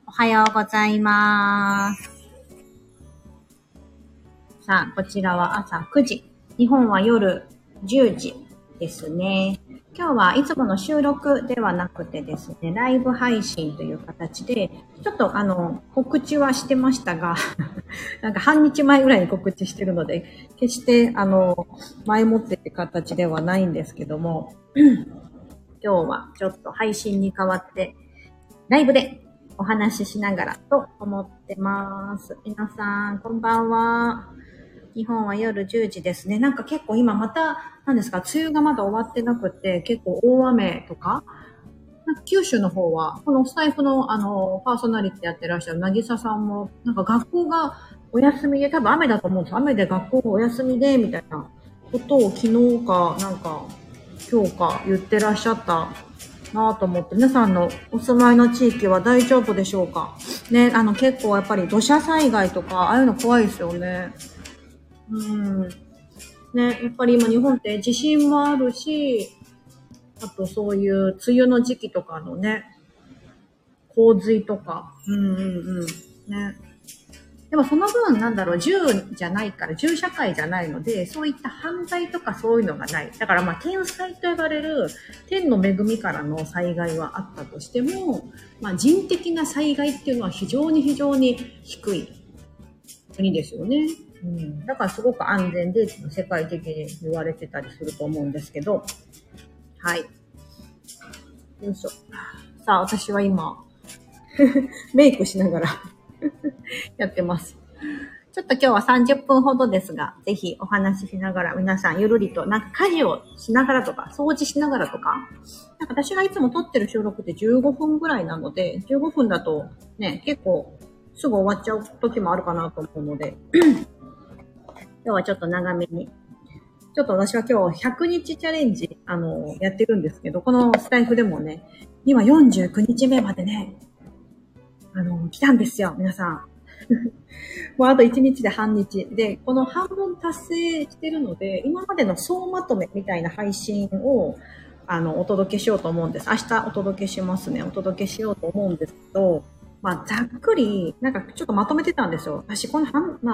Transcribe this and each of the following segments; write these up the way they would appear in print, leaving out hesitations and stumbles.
おはようございます。さあ、こちらは朝9時。日本は夜10時ですね。今日はいつもの収録ではなくてですね、ライブ配信という形で、ちょっと告知はしてましたが、なんか半日前ぐらいに告知してるので、決して前もってって形ではないんですけども、今日はちょっと配信に代わって、ライブでお話ししながらと思ってます。皆さん、こんばんは。日本は夜10時ですね。なんか結構今また、何ですか、梅雨がまだ終わってなくて、結構大雨とか、なんか九州の方は、このスタイフのパーソナリティやってらっしゃるなぎささんも、なんか学校がお休みで、多分雨だと思うんですよ。雨で学校がお休みで、みたいなことを昨日か、なんか今日か言ってらっしゃったなぁと思って、皆さんのお住まいの地域は大丈夫でしょうかね。結構やっぱり土砂災害とか、ああいうの怖いですよね。ね、やっぱり今日本って地震もあるし、あとそういう梅雨の時期とかのね、洪水とか。ね。でもその分なんだろう、銃じゃないから、銃社会じゃないので、そういった犯罪とかそういうのがない。だからまあ天災と呼ばれる天の恵みからの災害はあったとしても、まあ人的な災害っていうのは非常に低い国ですよね。だからすごく安全で世界的に言われてたりすると思うんですけど、はい。よいしょ。さあ、私は今、メイクしながらやってます。ちょっと今日は30分ほどですが、ぜひお話ししながら皆さんゆるりと、なんか家事をしながらとか、掃除しながらとか、なんか私がいつも撮ってる収録って15分ぐらいなので、15分だとね、結構すぐ終わっちゃう時もあるかなと思うので、今日はちょっと長めに。ちょっと私は今日100日チャレンジ、やってるんですけど、このスタイフでもね、今49日目までね、来たんですよ、皆さん。もうあと1日で半日。で、この半分達成してるので、今までの総まとめみたいな配信を、お届けしようと思うんです。明日お届けしますね。お届けしようと思うんですけど、まあ、ざっくり、なんかちょっとまとめてたんですよ。私、この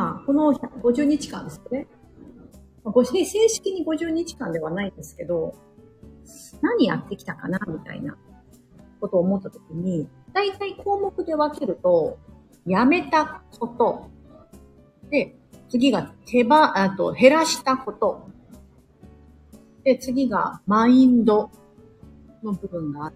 50日間ですね。正式に50日間ではないんですけど、何やってきたかな、みたいなことを思ったときに、だいたい項目で分けると、やめたこと、で、次が減らしたこと。で、次がマインドの部分があって、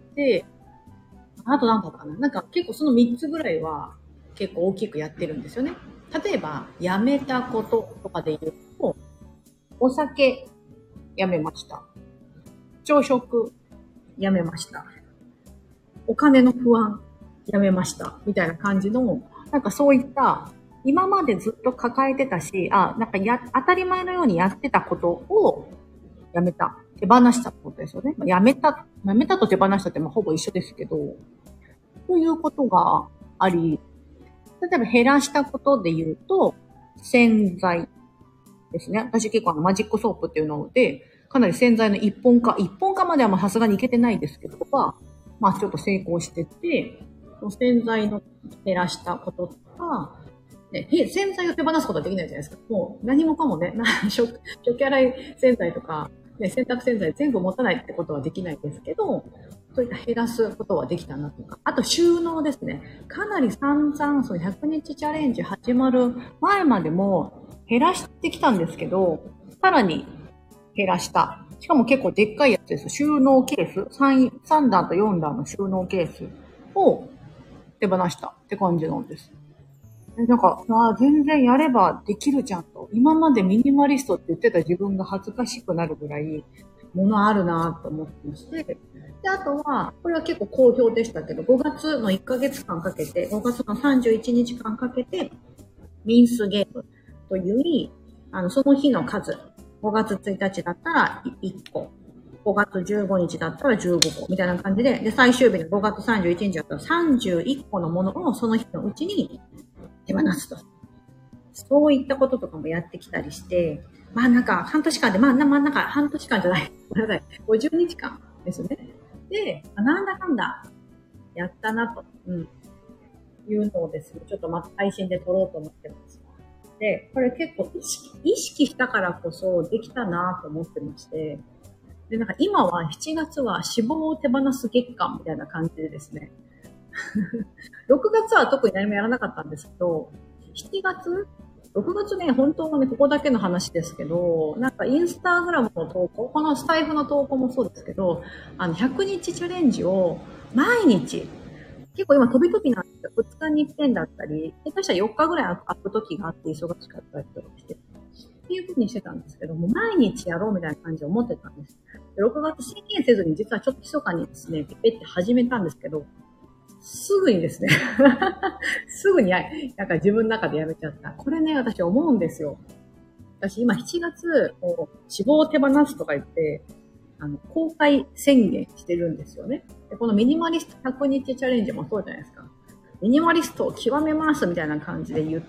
あと何だったかな、なんか結構その3つぐらいは結構大きくやってるんですよね。例えば、やめたこととかで言うと、お酒やめました。朝食やめました。お金の不安やめました。みたいな感じの、なんかそういった今までずっと抱えてたし、なんか当たり前のようにやってたことをやめた。手放したってことですよね。やめたと手放したってほぼ一緒ですけど、ということがあり、例えば減らしたことで言うと、洗剤ですね。私結構マジックソープっていうので、かなり洗剤の一本化まではさすがにいけてないですけど、まあちょっと成功してて、洗剤の減らしたこととか、ね、洗剤を手放すことはできないじゃないですか。もう何もかもね、食器洗い洗剤とか、ね、洗濯洗剤全部持たないってことはできないですけど、そういった減らすことはできたなとか。あと収納ですね。かなり散々、その100日チャレンジ始まる前までも減らしてきたんですけど、さらに減らした。しかも結構でっかいやつです。収納ケース 3段と4段の収納ケースを手放したって感じなんです。なんか、全然やればできるじゃんと。今までミニマリストって言ってた自分が恥ずかしくなるぐらい、ものあるなと思ってまして。で、あとは、これは結構好評でしたけど、5月の1ヶ月間かけて、5月の31日間かけて、ミンスゲームという、その日の数、5月1日だったら1個。5月15日だったら15個みたいな感じで、で、最終日の5月31日だったら31個のものをその日のうちに手放すと。そういったこととかもやってきたりして、まあなんか半年間で、なんか半年間じゃない、ごめんなさい、50日間ですね。で、なんだかんだやったなと。 いうのをですね、ちょっとまた配信で撮ろうと思ってます。で、これ結構意識したからこそできたなと思ってまして、で、なんか今は7月は脂肪を手放す月間みたいな感じでですね、6月は特に何もやらなかったんですけど、7月 ?6 月ね、本当はね、ここだけの話ですけど、なんかインスタグラムの投稿、このスタイフの投稿もそうですけど、100日チャレンジを毎日、結構今飛び飛びなんですよ。2日に1遍だったり、下手したら4日ぐらい空く時があって忙しかったりとかして。っていう風にしてたんですけども、毎日やろうみたいな感じで思ってたんです。で6月宣言せずに実はちょっと密かにですね、ペペって始めたんですけど、すぐにですねすぐになんか自分の中でやめちゃった。これね、私思うんですよ。私今7月、脂肪を手放すとか言って、公開宣言してるんですよね。で、このミニマリスト100日チャレンジもそうじゃないですか。ミニマリストを極めますみたいな感じで言って、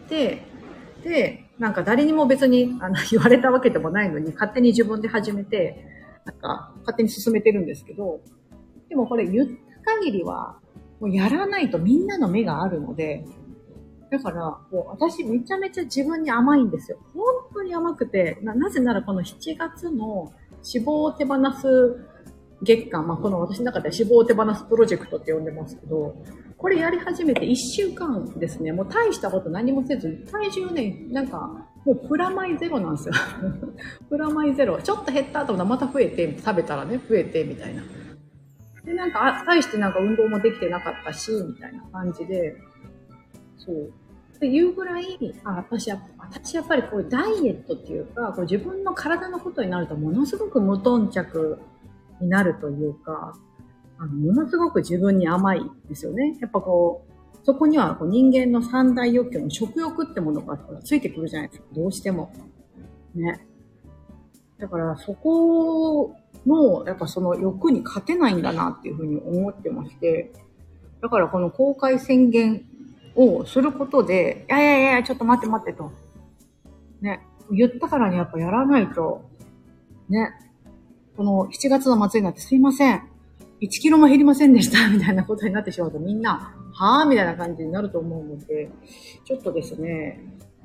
で、なんか誰にも別に言われたわけでもないのに、勝手に自分で始めて、なんか勝手に進めてるんですけど、でもこれ言った限りは、もうやらないとみんなの目があるので、だから、もう私めちゃめちゃ自分に甘いんですよ。本当に甘くて、なぜならこの7月の脂肪を手放す月間、まあこの私の中で脂肪を手放すプロジェクトって呼んでますけど、これやり始めて1週間ですね、もう大したこと何もせず、体重ね、なんか、もうプラマイゼロなんですよ。プラマイゼロ。ちょっと減った後また増えて、食べたらね、増えて、みたいな。で、なんか、大してなんか運動もできてなかったし、みたいな感じで、そう。っていうぐらい、私やっぱりこうダイエットっていうか、こう自分の体のことになるとものすごく無頓着になるというか、ものすごく自分に甘いですよね。やっぱこう、そこにはこう人間の三大欲求の食欲ってものがついてくるじゃないですか。どうしても。ね。だからそこの、やっぱその欲に勝てないんだなっていうふうに思ってまして、だからこの公開宣言をすることで、いやいやいや、ちょっと待って待ってと。ね。言ったからにやっぱやらないと、ね。この7月の末になってすいません。1キロも減りませんでした。みたいなことになってしまうとみんな、はぁみたいな感じになると思うので、ちょっとですね、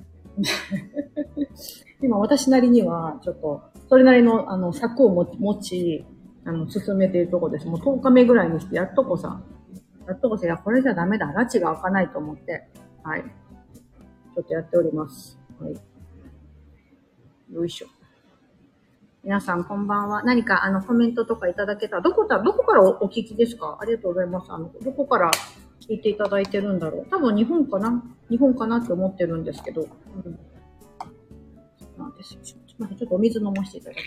今私なりには、ちょっと、それなりの、策を持ち、進めているところです。もう10日目ぐらいにして、やっとこさ、いや、これじゃダメだ。拉致が開かないと思って、はい。ちょっとやっております。はい。よいしょ。皆さんこんばんは。何かコメントとかいただけたら、どこからお聞きですか？ありがとうございます。どこから聞いていただいてるんだろう。多分日本かなって思ってるんですけど。うん。なんですよ。ちょっとお水飲ませていただきます。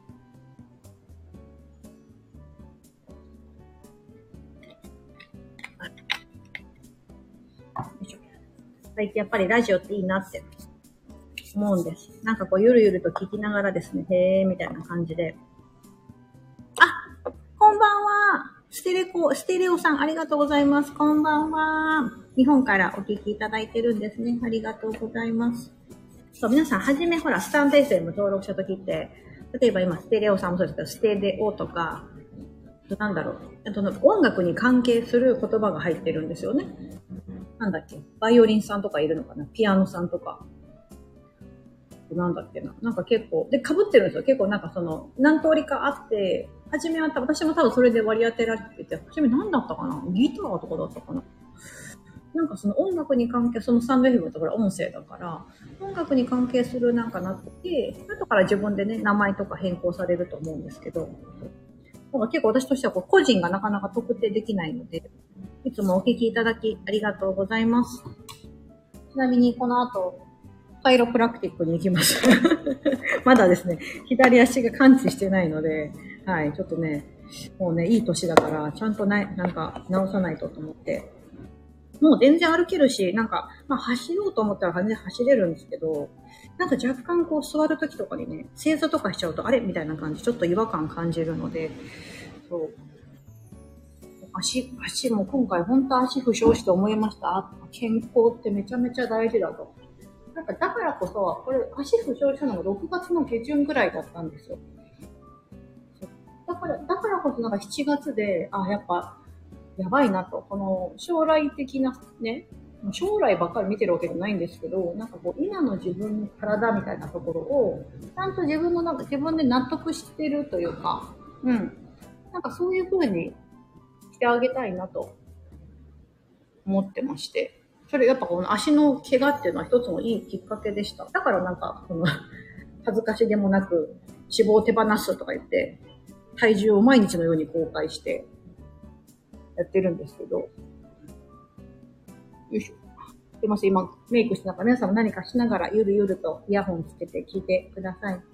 最近やっぱりラジオっていいなって思うんです。なんかこうゆるゆると聞きながらですね、へーみたいな感じで。あ、こんばんは。ステレオさんありがとうございます。こんばんは。日本からお聞きいただいてるんですね。ありがとうございます。そう、皆さんはじめほら、スタンド FM 登録した時って、例えば今ステレオさんもそうですけど、ステレオとか、なんだろう。音楽に関係する言葉が入ってるんですよね。なんだっけ、バイオリンさんとかいるのかな、ピアノさんとか。なんだっけな。なんか結構、で、被ってるんですよ。結構なんか何通りかあって、初めは私も多分それで割り当てられてて、初め何だったかな、ギターとかだったかな。なんかその音楽に関係、そのスタンド FM とか音声だから、音楽に関係するなんかなってて、後から自分でね、名前とか変更されると思うんですけど、結構私としては個人がなかなか特定できないので、いつもお聞きいただきありがとうございます。ちなみにこの後、カイロプラクティックに行きます。まだですね、左足が完治してないので、はい、ちょっとね、もうね、いい年だから、ちゃんとなんか直さないとと思って、もう全然歩けるし、なんか、走ろうと思ったら全然走れるんですけど、なんか若干こう座るときとかにね、正座とかしちゃうと、あれみたいな感じ、ちょっと違和感感じるので、そう。足も今回本当足負傷して思いました。健康ってめちゃめちゃ大事だと。なんかだからこそ、これ足負傷したのが6月の下旬ぐらいだったんですよ。だからこそなんか7月で、やっぱ、 やばいなと。この将来的なね、将来ばっかり見てるわけじゃないんですけど、なんかこう、今の自分の体みたいなところを、ちゃんと自分で納得してるというか、うん。なんかそういう風にしてあげたいなと思ってまして。それやっぱこの足の怪我っていうのは一つのいいきっかけでした。だからなんか、この恥ずかしげもなく脂肪を手放すとか言って、体重を毎日のように公開してやってるんですけど。よいしょ。すいません、今メイクしてなんか皆さんも何かしながらゆるゆるとイヤホンつけて聞いてください。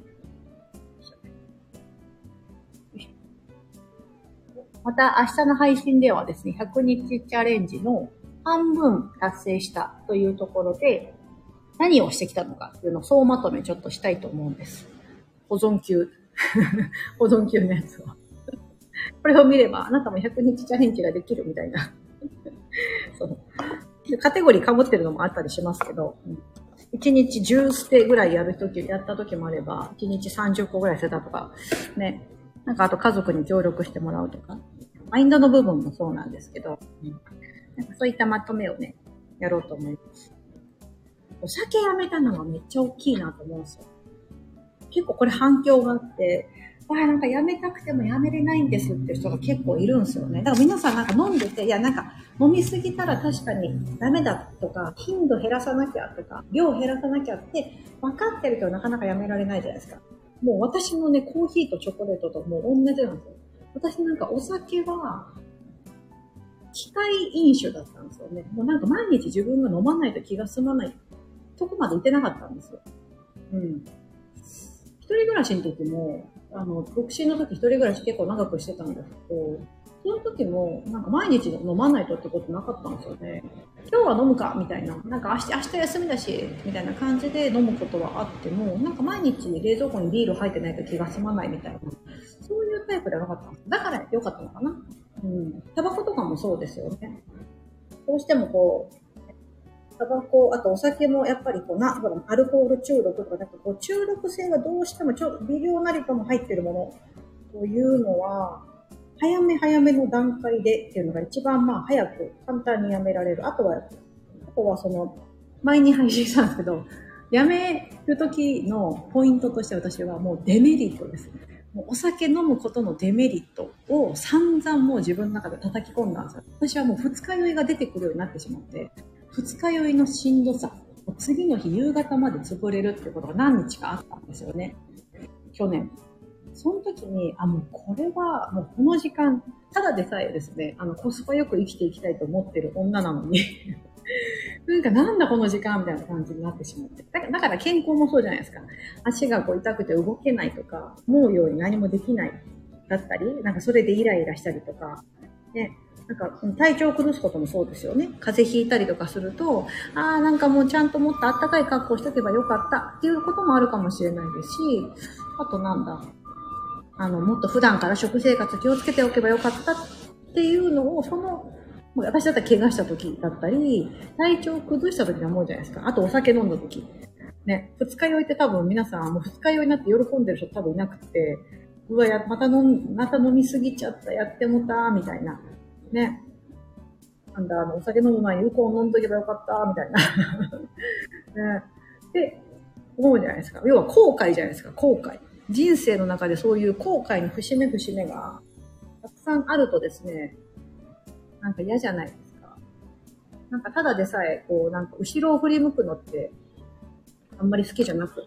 また明日の配信ではですね、100日チャレンジの半分達成したというところで、何をしてきたのかっていうのを総まとめちょっとしたいと思うんです。保存級。保存級のやつを。これを見れば、あなたも100日チャレンジができるみたいな。そうカテゴリー被ってるのもあったりしますけど、1日10ステぐらいやった時もあれば、1日30個ぐらい捨てたとか、ね。なんかあと家族に協力してもらうとか、マインドの部分もそうなんですけど、なんかそういったまとめをね、やろうと思います。お酒やめたのがめっちゃ大きいなと思うんですよ。結構これ反響があって、なんかやめたくてもやめれないんですっていう人が結構いるんですよね。だから皆さんなんか飲んでて、いやなんか飲みすぎたら確かにダメだとか、頻度減らさなきゃとか、量減らさなきゃって分かってるけどなかなかやめられないじゃないですか。もう私のね、コーヒーとチョコレートともう同じなんですよ。私なんかお酒は、機械飲酒だったんですよね。もうなんか毎日自分が飲まないと気が済まないとこまで行ってなかったんですよ。うん。一人暮らしの時も、独身の時一人暮らし結構長くしてたんですけど、その時も、なんか毎日飲まないとってことなかったんですよね。今日は飲むかみたいな。なんか明日休みだし、みたいな感じで飲むことはあっても、なんか毎日冷蔵庫にビール入ってないと気が済まないみたいな。そういうタイプではなかったんです。だから良かったのかな。うん。タバコとかもそうですよね。どうしてもこう、タバコ、あとお酒もやっぱりこうアルコール中毒とか、なんかこう中毒性がどうしても微量なりとも入っているものというのは、早めの段階でっていうのが一番早く簡単にやめられる。あとはその、前に配信したんですけど、やめる時のポイントとして私はもうデメリットです。もうお酒飲むことのデメリットを散々もう自分の中で叩き込んだんですよ。私はもう二日酔いが出てくるようになってしまって、二日酔いのしんどさ、次の日夕方まで潰れるっていうことが何日かあったんですよね。去年。その時に、もうこれは、もうこの時間、ただでさえですね、コスパよく生きていきたいと思ってる女なのに、なんだこの時間みたいな感じになってしまって。だから健康もそうじゃないですか。足がこう痛くて動けないとか、思うように何もできないだったり、なんかそれでイライラしたりとか、ね、なんか体調を崩すこともそうですよね。風邪ひいたりとかすると、なんかもうちゃんともっと暖かい格好しとけばよかったっていうこともあるかもしれないですし、あともっと普段から食生活気をつけておけばよかったっていうのを、私だったら怪我した時だったり、体調を崩した時に思うじゃないですか。あとお酒飲んだ時。ね、二日酔いって多分皆さんもう二日酔いになって喜んでる人多分いなくて、うわ、また飲みすぎちゃった、やってもた、みたいな。ね。お酒飲む前にウコン飲んどけばよかった、みたいな。ね。で、思うじゃないですか。要は後悔じゃないですか、後悔。人生の中でそういう後悔の節目節目がたくさんあるとですね、なんか嫌じゃないですか。なんかただでさえ、なんか後ろを振り向くのってあんまり好きじゃなくって、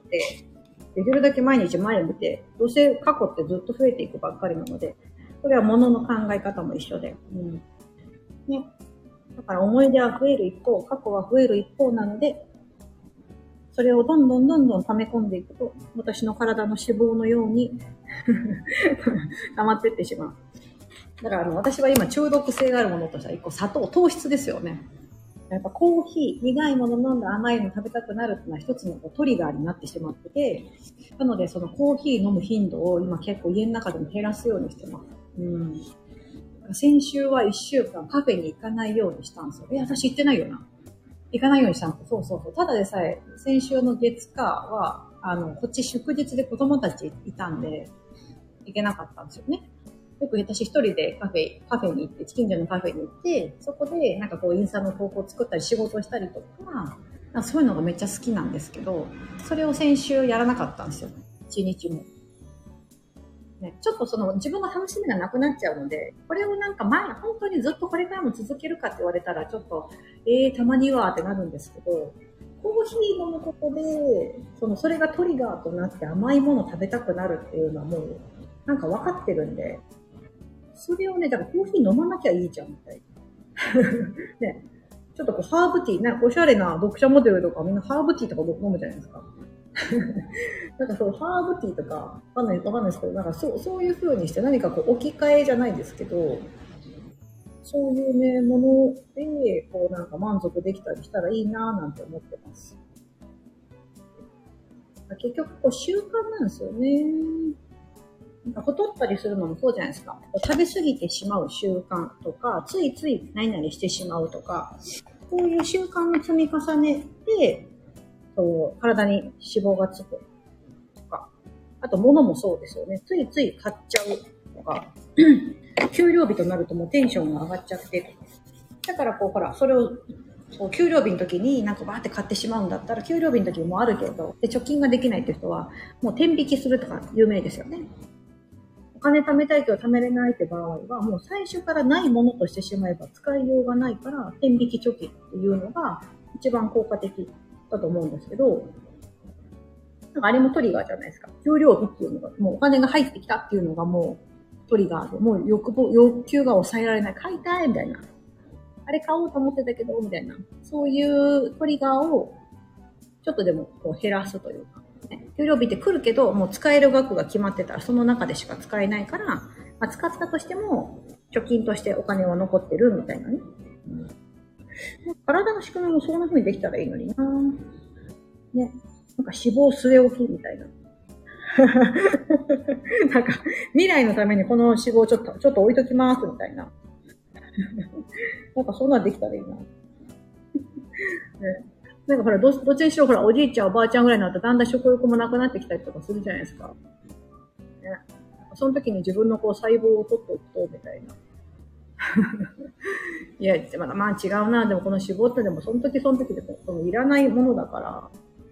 できるだけ毎日前を見て、どうせ過去ってずっと増えていくばっかりなので、これは物の考え方も一緒で。ね。だから思い出は増える一方、過去は増える一方なので、それをどんどん溜め込んでいくと、私の体の脂肪のように溜まっていってしまう。だから私は今中毒性があるものとしては一個糖質ですよね。やっぱコーヒー、苦いもの飲んだ甘いの食べたくなるっていうのは一つのトリガーになってしまってて、なのでそのコーヒー飲む頻度を今結構家の中でも減らすようにしてます。先週は1週間カフェに行かないようにしたんですよ。私行ってないよな。行かないようにしたんですよ。そう。ただでさえ、先週の月火は、こっち祝日で子供たちいたんで、行けなかったんですよね。 よく私一人でカフェに行って、近所のカフェに行って、そこでなんかこうインスタの投稿を作ったり仕事をしたりとか、なんかそういうのがめっちゃ好きなんですけど、それを先週やらなかったんですよ。一日も。ね、ちょっとその自分の楽しみがなくなっちゃうので、これをなんか本当にずっとこれからも続けるかって言われたらちょっと、たまにはってなるんですけど、コーヒー飲むことで、それがトリガーとなって甘いもの食べたくなるっていうのはもう、なんか分かってるんで、それをね、だからコーヒー飲まなきゃいいじゃん、みたいな。ね、ちょっとこうハーブティー、なんかおしゃれな読者モデルとかみんなハーブティーとか飲むじゃないですか。なんかそう、ハーブティーとか、わかんないですけど、なんかそういう風にして何かこう置き換えじゃないですけど、そういうね、もので、こうなんか満足できたりしたらいいなぁなんて思ってます。結局、こう習慣なんですよね。なんか太ったりするのもそうじゃないですか。食べ過ぎてしまう習慣とか、ついつい何々してしまうとか、こういう習慣の積み重ねで、体に脂肪がつくとか、あと物もそうですよね。ついつい買っちゃうとか、給料日となるともうテンションが上がっちゃって、だからこうほら、それを給料日の時になんかバーって買ってしまうんだったら、給料日の時もあるけど、で貯金ができないって人は、もう天引きするとか有名ですよね。お金貯めたいけど貯めれないって場合は、もう最初からないものとしてしまえば使いようがないから、天引き貯金っていうのが一番効果的だと思うんですけど、なんかあれもトリガーじゃないですか。給料日っていうのが、もうお金が入ってきたっていうのがもうトリガーで、もう欲求が抑えられない。買いたいみたいな。あれ買おうと思ってたけど、みたいな。そういうトリガーをちょっとでもこう減らすというか。給料日って来るけど、もう使える額が決まってたら、その中でしか使えないから、まあ、使ったとしても、貯金としてお金は残ってるみたいなね。体の仕組みもそんな風にできたらいいのにな。ね。なんか脂肪据え置きみたいな。なんか、未来のためにこの脂肪をちょっと置いときますみたいな。なんかそんなんできたらいいな。ね、なんかほら、どっちにしろほら、おじいちゃんおばあちゃんぐらいになったらだんだん食欲もなくなってきたりとかするじゃないですか。ね、その時に自分のこう細胞を取っておくと、みたいな。いや、まあ違うな。でもこの脂肪ってでもその時でいらないものだから。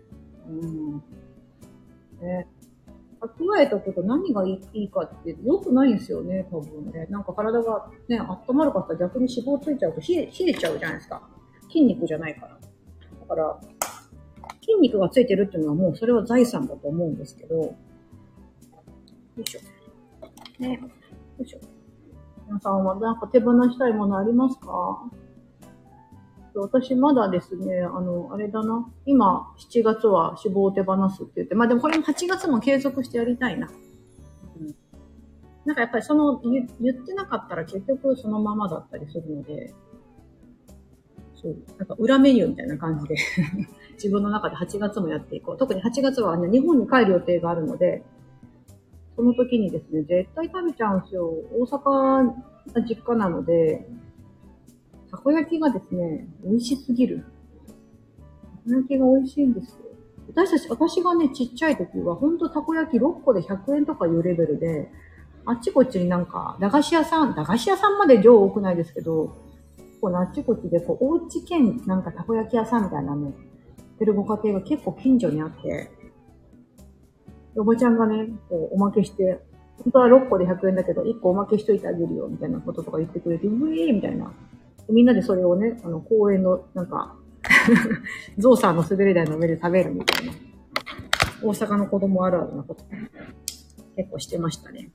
ね。蓄えとくと何がいいかって良くないんですよね、多分ね。なんか体がね、温まるかったら逆に脂肪ついちゃうと冷えちゃうじゃないですか。筋肉じゃないから。だから、筋肉がついてるっていうのはもうそれは財産だと思うんですけど。よいしょ。ね。よいしょ。皆さんはなんか手放したいものありますか？私まだですね、あれだな。今、7月は脂肪を手放すって言って、まあでもこれも8月も継続してやりたいな。うん、なんかやっぱり言ってなかったら結局そのままだったりするので、そう、なんか裏メニューみたいな感じで自分の中で8月もやっていこう。特に8月は、ね、日本に帰る予定があるので、その時にですね、絶対食べちゃうんですよ。大阪が実家なので、たこ焼きがですね、美味しすぎる。たこ焼きが美味しいんですよ。私がね、ちっちゃい時は、ほんとたこ焼き6個で100円とかいうレベルで、あっちこっちになんか、駄菓子屋さんまで量多くないですけど、こうあっちこっちで、こう、おうち兼なんかたこ焼き屋さんみたいなね、てるご家庭が結構近所にあって、おばちゃんがね、こうおまけして、本当は6個で100円だけど、1個おまけしといてあげるよ、みたいなこととか言ってくれて、うえーみたいな。みんなでそれをね、公園の、なんか、ゾウさんの滑り台の上で食べるみたいな。大阪の子供あるあるなこと、結構してましたね。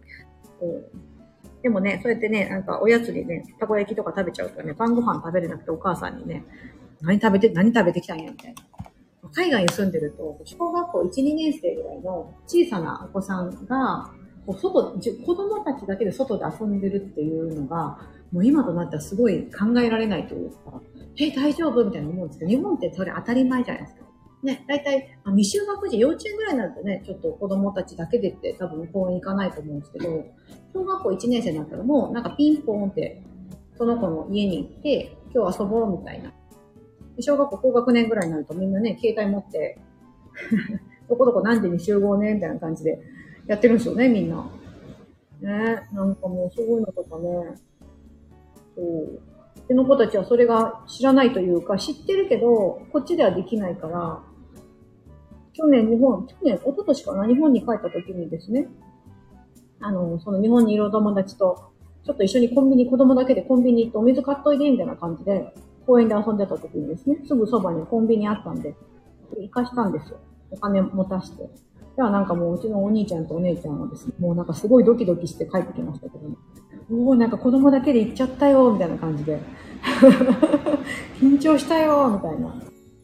でもね、そうやってね、なんかおやつにね、たこ焼きとか食べちゃうとね、晩ご飯食べれなくてお母さんにね、何食べてきたんや、みたいな。海外に住んでると、小学校1、2年生ぐらいの小さなお子さんが、子供たちだけで外で遊んでるっていうのが、もう今となってはすごい考えられないというか、大丈夫みたいな思うんですけど、日本ってそれ当たり前じゃないですか。ね、だいたい未就学児、幼稚園ぐらいになるとね、ちょっと子供たちだけでって多分公園行かないと思うんですけど、小学校1年生になったらもうなんかピンポーンって、その子の家に行って、今日遊ぼうみたいな。小学校高学年ぐらいになるとみんなね、携帯持って、どこどこ何時に集合ねみたいな感じでやってるんですよね、みんな。 ね、なんかもうそういうのとかね、そう。うちの子たちはそれが知らないというか、知ってるけど、こっちではできないから、去年、一昨年かな、日本に帰った時にですね、その日本にいるお友達と、ちょっと一緒に子供だけでコンビニ行ってお水買っといで、みたいな感じで、公園で遊んでた時にですね、すぐそばにコンビニあったんで、行かしたんですよ。お金持たして。じゃあなんかもううちのお兄ちゃんとお姉ちゃんはですね、もうなんかすごいドキドキして帰ってきましたけどね。おー、なんか子供だけで行っちゃったよ、みたいな感じで。緊張したよ、みたいな。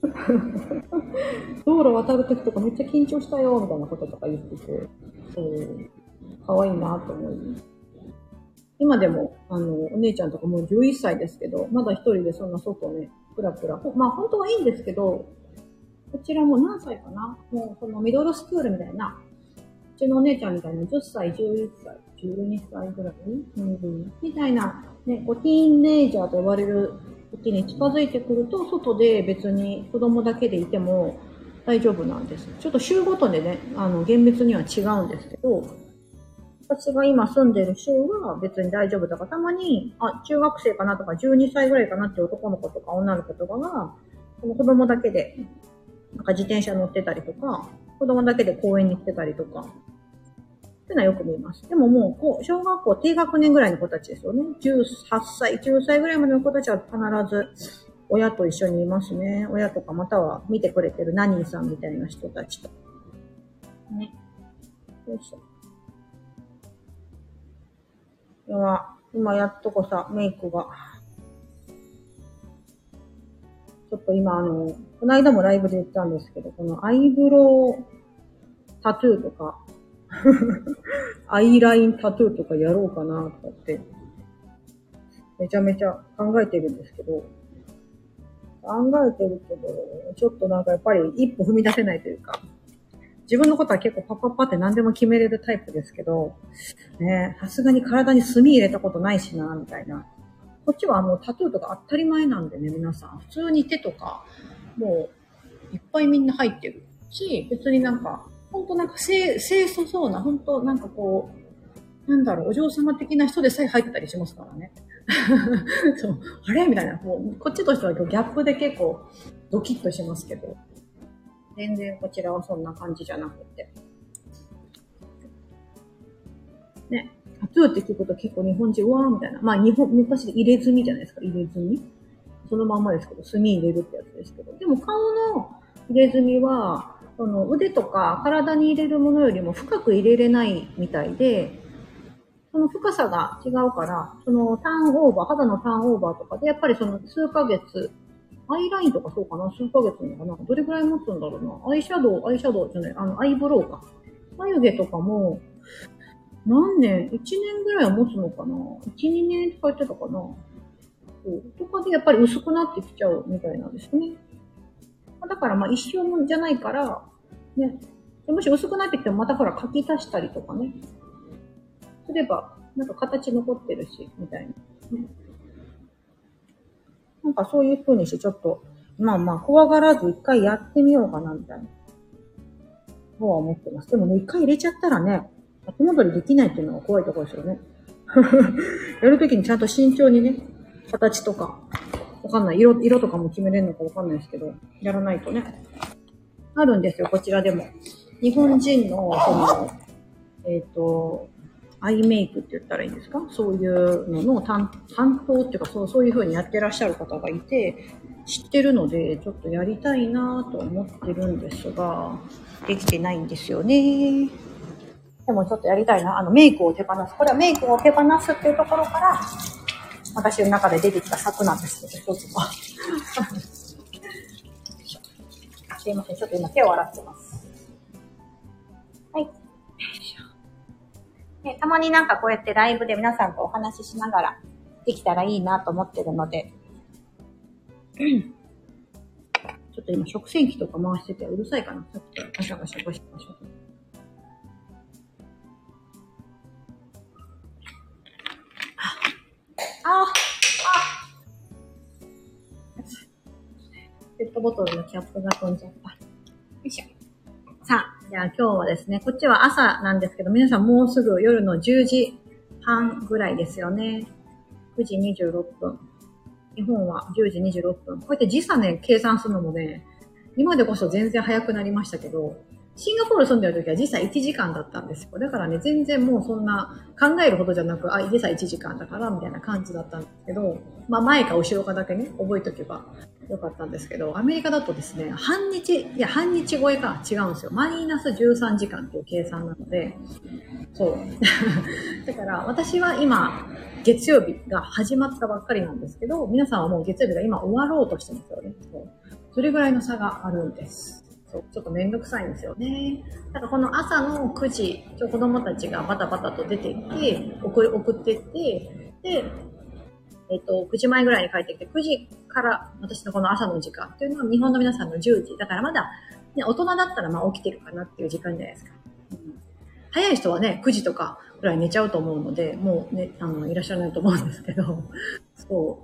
道路渡るときとかめっちゃ緊張したよ、みたいなこととか言ってて、可愛いなと思います。今でも、お姉ちゃんとかもう11歳ですけど、まだ一人でそんな外ね、プラプラ。まあ本当はいいんですけど、こちらも何歳かな、もうそのミドルスクールみたいな、うちのお姉ちゃんみたいな10歳、11歳、12歳ぐらい、みたいな、ね、こうティーンネイジャーと呼ばれる時に近づいてくると、外で別に子供だけでいても大丈夫なんです。ちょっと州ごとでね、厳密には違うんですけど、私が今住んでる州は別に大丈夫だから、たまに、中学生かなとか、12歳ぐらいかなって男の子とか女の子とかが、この子供だけで、なんか自転車乗ってたりとか、子供だけで公園に来てたりとか、っていうのはよく見ます。でももう、小学校低学年ぐらいの子たちですよね。18歳、9歳ぐらいまでの子たちは必ず親と一緒にいますね。親とかまたは見てくれてるナニーさんみたいな人たちと。ね。よいしょ。今やっとこさ、メイクが。ちょっと今この間もライブで言ったんですけど、このアイブロウタトゥーとか、アイラインタトゥーとかやろうかなとかって、めちゃめちゃ考えてるんですけど、ちょっとなんかやっぱり一歩踏み出せないというか、自分のことは結構パッパッパって何でも決めれるタイプですけど、ね、さすがに体に炭入れたことないしな、みたいな。こっちはもうタトゥーとか当たり前なんでね、皆さん。普通に手とか、もう、いっぱいみんな入ってるし、別になんか、ほんとなんか清楚そうな、ほんとなんかこう、なんだろう、お嬢様的な人でさえ入ってたりしますからね。そう、あれみたいな。もう、こっちとしてはギャップで結構ドキッとしますけど、全然こちらはそんな感じじゃなくて。ね。タトゥーって聞くと結構日本人、うわーみたいな。まあ昔で入れ墨じゃないですか、入れ墨。そのまんまですけど、墨入れるってやつですけど。でも顔の入れ墨は、その腕とか体に入れるものよりも深く入れれないみたいで、その深さが違うから、そのターンオーバー、肌のターンオーバーとかで、やっぱりその数ヶ月、アイラインとかそうかな、数ヶ月なのかな、どれくらい持つんだろうな。アイシャドウじゃない、アイブロウか。眉毛とかも、何年 ?1 年ぐらいは持つのかな ?1、2年とか言ってたかな、そうとかでやっぱり薄くなってきちゃうみたいなんですね。だからまあ一生じゃないから、ね。もし薄くなってきてもまたほら書き足したりとかね。すれば、なんか形残ってるし、みたいな。ね、なんかそういう風にしてちょっと、まあまあ怖がらず一回やってみようかな、みたいな。とは思ってます。でもね、一回入れちゃったらね、後戻りできないっていうのが怖いところですよね。やるときにちゃんと慎重にね、形とか、わかんない。色とかも決めれるのかわかんないですけど、やらないとね。あるんですよ、こちらでも。日本人の、アイメイクって言ったらいいんですか、そういうのの担当っていうか、そういう風にやってらっしゃる方がいて、知ってるので、ちょっとやりたいなと思ってるんですが、できてないんですよね。でもちょっとやりたいな。メイクを手放す。これはメイクを手放すっていうところから、私の中で出てきた策なんですけど、一つは。すいません。ちょっと今手を洗ってます。はい。たまになんかこうやってライブで皆さんとお話ししながらできたらいいなと思ってるので、ちょっと今食洗機とか回しててうるさいかな。さっきからガシャガシャガシャガシャ。ペットボトルのキャップが飛んじゃった。よいしょ。さあ、じゃあ今日はですね、こっちは朝なんですけど、皆さんもうすぐ夜の10時半ぐらいですよね。9時26分。日本は10時26分。こうやって時差ね、計算するのもね、今でこそ全然早くなりましたけど、シンガポール住んでる時は時差1時間だったんですよ。だからね、全然もうそんな考えるほどじゃなく、時差1時間だからみたいな感じだったんですけど、まあ前か後ろかだけね、覚えとけばよかったんですけど、アメリカだとですね、半日超えか違うんですよ。マイナス13時間っていう計算なので、そう。だから私は今、月曜日が始まったばっかりなんですけど、皆さんはもう月曜日が今終わろうとしてますよね。それぐらいの差があるんです。そう、ちょっとめんどくさいんですよね。だからこの朝の9時、子供たちがバタバタと出て行って、送ってって、で、9時前ぐらいに帰ってきて、9時から私のこの朝の時間っていうのは日本の皆さんの10時。だからまだ、ね、大人だったらまあ起きてるかなっていう時間じゃないですか。早い人はね、9時とかぐらい寝ちゃうと思うので、もうね、いらっしゃらないと思うんですけど、そう。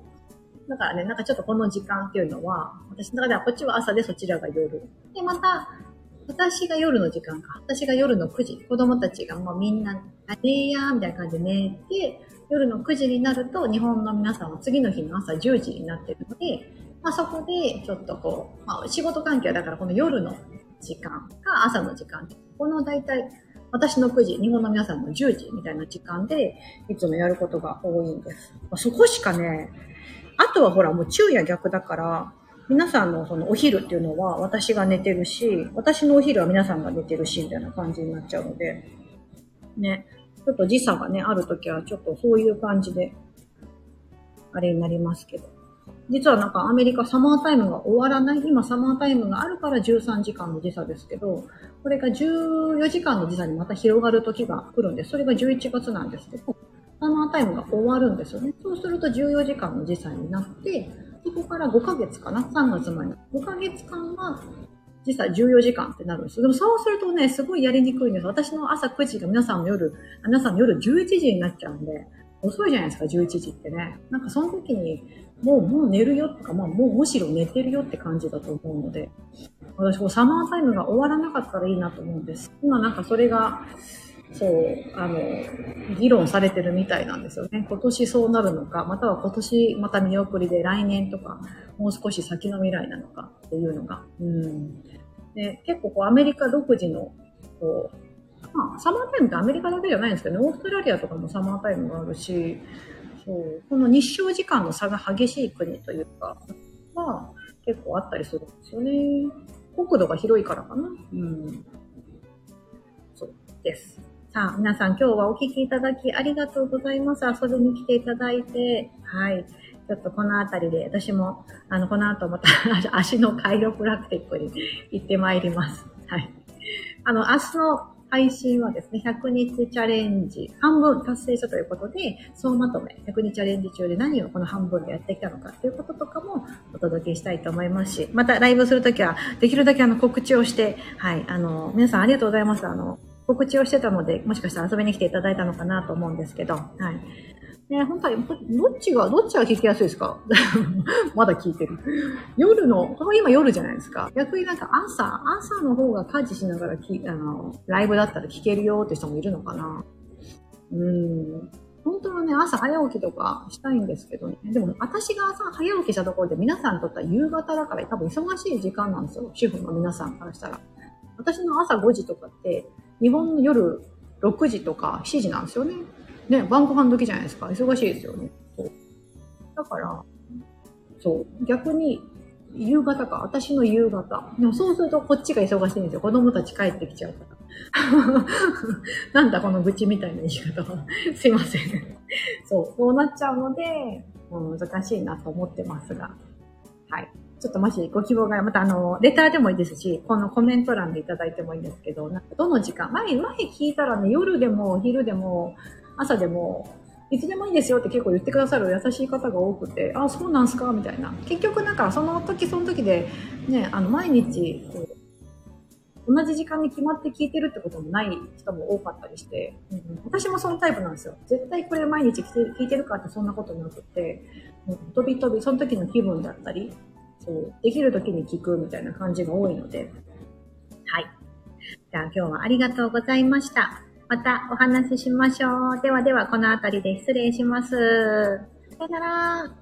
だからね、なんかちょっとこの時間っていうのは、私の中ではこっちは朝でそちらが夜。で、また、私が夜の時間か。私が夜の9時。子供たちがもうみんな、寝やーみたいな感じで寝て、夜の9時になると日本の皆さんは次の日の朝10時になってるので、まあそこでちょっとこう、まあ仕事関係はだからこの夜の時間か朝の時間。この大体、私の9時、日本の皆さんの10時みたいな時間で、いつもやることが多いんです。まあ、そこしかね、あとはほらもう昼夜逆だから、皆さんのそのお昼っていうのは私が寝てるし、私のお昼は皆さんが寝てるし、みたいな感じになっちゃうので、ね、ちょっと時差がね、あるときはちょっとそういう感じで、あれになりますけど。実はなんかアメリカサマータイムが終わらない、今サマータイムがあるから13時間の時差ですけど、これが14時間の時差にまた広がる時が来るんです。それが11月なんですけど、サマータイムが終わるんですよね。そうすると14時間の時差になって、そこから5ヶ月かな ?3 月前に。5ヶ月間は時差14時間ってなるんです。でもそうするとね、すごいやりにくいんです。私の朝9時が皆さんの夜11時になっちゃうんで、遅いじゃないですか、11時ってね。なんかその時に、もう寝るよとか、まあもうむしろ寝てるよって感じだと思うので、私こうサマータイムが終わらなかったらいいなと思うんです。今なんかそれが、そう、議論されてるみたいなんですよね。今年そうなるのか、または今年また見送りで来年とか、もう少し先の未来なのかっていうのが。で結構こうアメリカ独自の、こう、まあ、サマータイムってアメリカだけじゃないんですけどね、オーストラリアとかもサマータイムがあるし、そう、この日照時間の差が激しい国というか、は結構あったりするんですよね。国土が広いからかな。そうです。さあ、皆さん今日はお聞きいただきありがとうございます。遊びに来ていただいて、はい。ちょっとこのあたりで、私も、この後また足のカイロプラクティックに行ってまいります。はい。明日の配信はですね、100日チャレンジ、半分達成したということで、総まとめ、100日チャレンジ中で何をこの半分でやってきたのかということとかもお届けしたいと思いますし、またライブするときは、できるだけ告知をして、はい、皆さんありがとうございます。告知をしてたので、もしかしたら遊びに来ていただいたのかなと思うんですけど、はい。ね、本当に、どっちが聞きやすいですかまだ聞いてる。今夜じゃないですか。逆になんか朝の方が家事しながらライブだったら聞けるよって人もいるのかな。本当はね、朝早起きとかしたいんですけどね。でも私が朝早起きしたところで皆さんにとっては夕方だから多分忙しい時間なんですよ。主婦の皆さんからしたら。私の朝5時とかって、日本の夜6時とか7時なんですよね。ね、晩ご飯時じゃないですか。忙しいですよね。そう。だから、そう。逆に、夕方か。私の夕方。でもそうするとこっちが忙しいんですよ。子供たち帰ってきちゃうから。なんだこの愚痴みたいな言い方は。すいません。そうなっちゃうので、難しいなと思ってますが。はい。ちょっともしご希望が、またレターでもいいですし、このコメント欄でいただいてもいいんですけど、なんかどの時間、前聞いたらね、夜でも昼でも朝でも、いつでもいいですよって結構言ってくださる優しい方が多くて、あ、そうなんすかみたいな。結局なんかその時で、ね、毎日、同じ時間に決まって聞いてるってこともない人も多かったりして、私もそのタイプなんですよ。絶対これ毎日聞いてるかってそんなことなくて、飛び飛び、その時の気分だったり、そうできる時に聞くみたいな感じが多いので、はい。じゃあ今日はありがとうございました。 またお話ししましょう。ではでは、このあたりで失礼します。さよなら。